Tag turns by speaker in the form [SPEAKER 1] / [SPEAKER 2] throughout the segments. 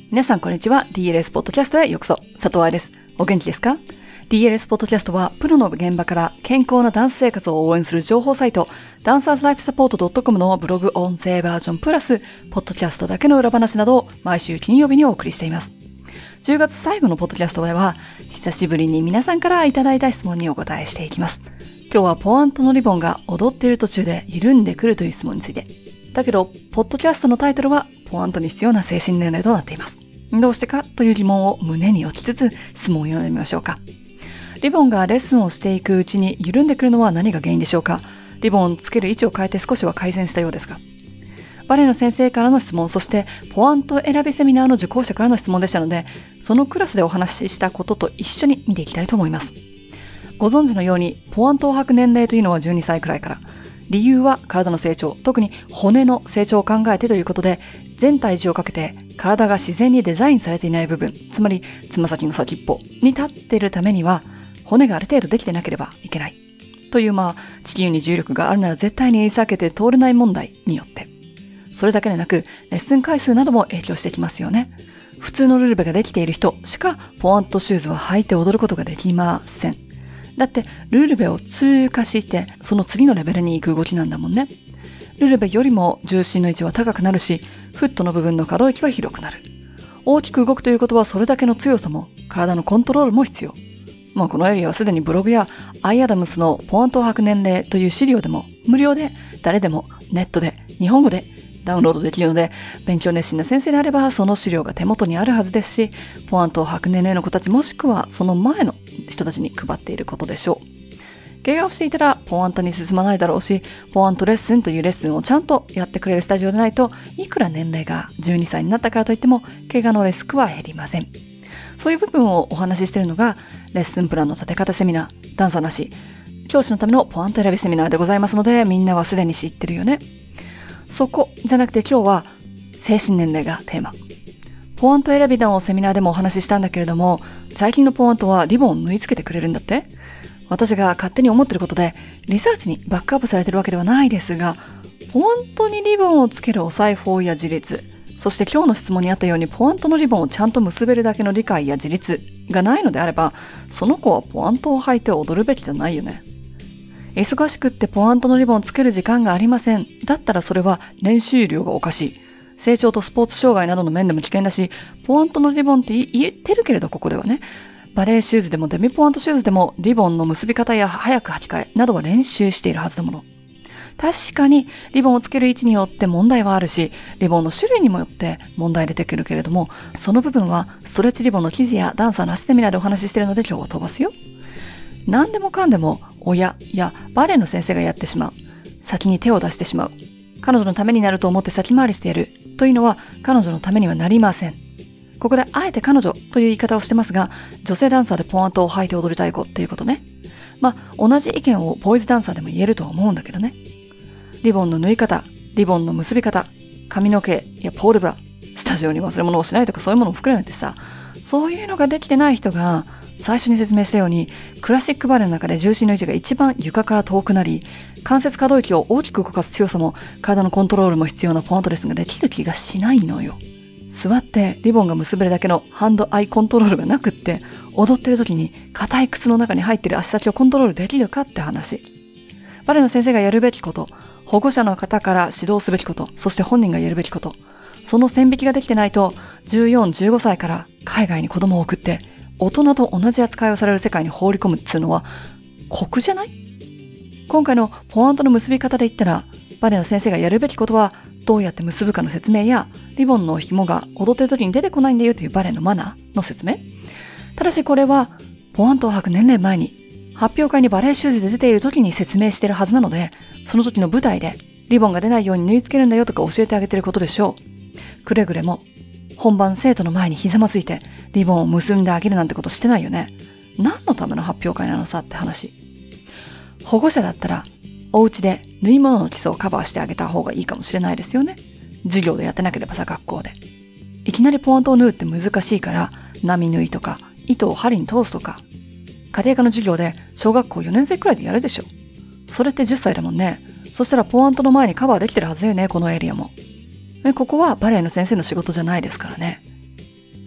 [SPEAKER 1] 皆さんこんにちは。 DLS ポッドキャストへようこそ。佐藤愛です。お元気ですか？ DLS ポッドキャストはプロの現場から健康なダンス生活を応援する情報サイトダンサーズライフサポート .com のブログ音声バージョンプラスポッドキャストだけの裏話などを毎週金曜日にお送りしています。10月最後のポッドキャストでは久しぶりに皆さんからいただいた質問にお答えしていきます。今日はポワントのリボンが踊っている途中で緩んでくるという質問について。だけどポッドキャストのタイトルはポワントに必要な精神年齢となっています。どうしてかという疑問を胸に置きつつ質問を読んでみましょうか。リボンがレッスンをしていくうちに緩んでくるのは何が原因でしょうか。リボンをつける位置を変えて少しは改善したようですが。バレエの先生からの質問、そしてポワント選びセミナーの受講者からの質問でしたので、そのクラスでお話ししたことと一緒に見ていきたいと思います。ご存知のようにポワントを履く年齢というのは12歳くらいから。理由は体の成長、特に骨の成長を考えてということで、全体重をかけて体が自然にデザインされていない部分、つまりつま先の先っぽに立っているためには、骨がある程度できてなければいけない。という地球に重力があるなら絶対に避けて通れない問題によって。それだけでなく、レッスン回数なども影響してきますよね。普通のルルベができている人しかポワントシューズを履いて踊ることができません。だってルルベを通過してその次のレベルに行く動きなんだもんね。ルルベよりも重心の位置は高くなるし、フットの部分の可動域は広くなる。大きく動くということはそれだけの強さも体のコントロールも必要。このエリアはすでにブログやアイアダムスのポワントを履く年齢という資料でも無料で誰でもネットで日本語でダウンロードできるので、勉強熱心な先生であればその資料が手元にあるはずですし、ポワントを履く年齢の子たちもしくはその前の人たちに配っていることでしょう。怪我をしていたらポワントに進まないだろうし、ポワントレッスンというレッスンをちゃんとやってくれるスタジオでないと、いくら年齢が12歳になったからといっても怪我のリスクは減りません。そういう部分をお話ししているのがレッスンプランの立て方セミナー、ダンサーなし教師のためのポワント選びセミナーでございますので、みんなはすでに知ってるよね。そこじゃなくて今日は精神年齢がテーマ。ポワント選びのセミナーでもお話ししたんだけれども、最近のポワントはリボンを縫い付けてくれるんだって。私が勝手に思ってることでリサーチにバックアップされてるわけではないですが、ポワントにリボンをつけるお裁縫や自立、そして今日の質問にあったようにポワントのリボンをちゃんと結べるだけの理解や自立がないのであれば、その子はポワントを履いて踊るべきじゃないよね。忙しくってポワントのリボンをつける時間がありません。だったらそれは練習量がおかしい。成長とスポーツ障害などの面でも危険だし、ポワントのリボンって言ってるけれど、ここではね、バレーシューズでもデミポワントシューズでもリボンの結び方や早く履き替えなどは練習しているはずだもの。確かにリボンをつける位置によって問題はあるし、リボンの種類にもよって問題出てくるけれども、その部分はストレッチリボンの記事やダンサーのセミナーでお話ししているので今日は飛ばすよ。何でもかんでも親やバレエの先生がやってしまう。先に手を出してしまう。彼女のためになると思って先回りしてやるというのは彼女のためにはなりません。ここであえて彼女という言い方をしてますが、女性ダンサーでポワントを履いて踊りたい子っていうことね。同じ意見をボーイズダンサーでも言えると思うんだけどね。リボンの縫い方、リボンの結び方、髪の毛やポールブラ、スタジオに忘れ物をしないとかそういうものを含めてさ、そういうのができてない人が最初に説明したように、クラシックバレエの中で重心の位置が一番床から遠くなり、関節可動域を大きく動かす強さも体のコントロールも必要なポワントレッスンができる気がしないのよ。座ってリボンが結べるだけのハンドアイコントロールがなくって、踊ってる時に硬い靴の中に入ってる足先をコントロールできるかって話。バレエの先生がやるべきこと、保護者の方から指導すべきこと、そして本人がやるべきこと、その線引きができてないと、14、15歳から海外に子供を送って、大人と同じ扱いをされる世界に放り込むっつうのは酷じゃない？今回のポワントの結び方で言ったら、バレエの先生がやるべきことはどうやって結ぶかの説明や、リボンの紐が踊ってる時に出てこないんだよというバレエのマナーの説明。ただしこれはポワントを履く年齢前に発表会にバレエシューズで出ている時に説明してるはずなので、その時の舞台でリボンが出ないように縫い付けるんだよとか教えてあげてることでしょう。くれぐれも本番生徒の前にひざまついてリボンを結んであげるなんてことしてないよね。何のための発表会なのさって話。保護者だったらお家で縫い物の基礎をカバーしてあげた方がいいかもしれないですよね。授業でやってなければさ、学校でいきなりポワントを縫うって難しいから、波縫いとか糸を針に通すとか、家庭科の授業で小学校4年生くらいでやるでしょ。それって10歳だもんね。そしたらポワントの前にカバーできてるはずだよね、このエリアも。ここはバレエの先生の仕事じゃないですからね。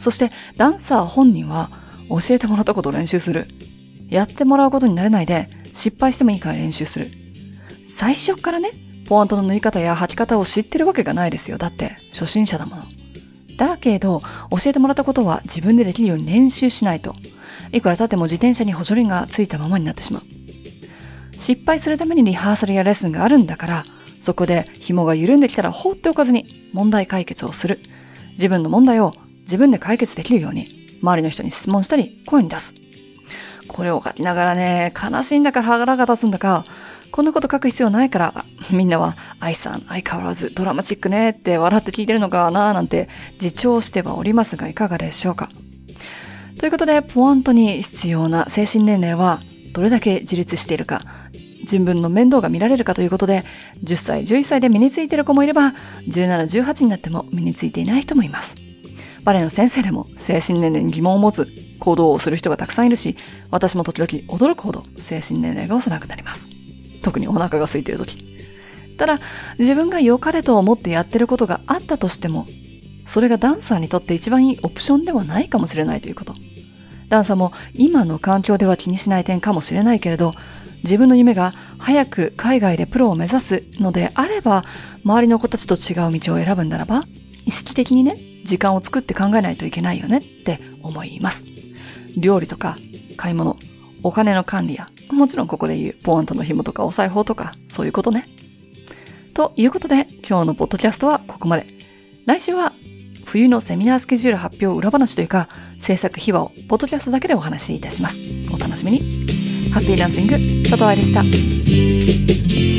[SPEAKER 1] そしてダンサー本人は教えてもらったことを練習する。やってもらうことになれないで失敗してもいいから練習する。最初からね、ポワントの縫い方や履き方を知ってるわけがないですよ。だって初心者だもの。だけど教えてもらったことは自分でできるように練習しないと、いくら経っても自転車に補助輪がついたままになってしまう。失敗するためにリハーサルやレッスンがあるんだから、そこで紐が緩んできたら放っておかずに問題解決をする。自分の問題を自分で解決できるように周りの人に質問したり声に出す。これを書きながらね、悲しいんだか腹が立つんだか、こんなこと書く必要ないから、みんなは愛さん相変わらずドラマチックねって笑って聞いてるのかななんて自重してはおりますが、いかがでしょうか。ということで、ポワントに必要な精神年齢はどれだけ自立しているか、自分の面倒が見られるかということで、10歳、11歳で身についている子もいれば、17、18になっても身についていない人もいます。バレエの先生でも精神年齢に疑問を持つ行動をする人がたくさんいるし、私も時々驚くほど精神年齢が幼くなります。特にお腹が空いている時。ただ、自分が良かれと思ってやってることがあったとしても、それがダンサーにとって一番いいオプションではないかもしれないということ。ダンサーも今の環境では気にしない点かもしれないけれど、自分の夢が早く海外でプロを目指すのであれば、周りの子たちと違う道を選ぶんならば、意識的にね、時間を作って考えないといけないよねって思います。料理とか買い物、お金の管理や、もちろんここで言うポワントの紐とかお裁縫とか、そういうことね。ということで、今日のポッドキャストはここまで。来週は冬のセミナースケジュール発表裏話というか、制作秘話をポッドキャストだけでお話しいたします。お楽しみに。ハッピーダンシング、佐藤愛でした。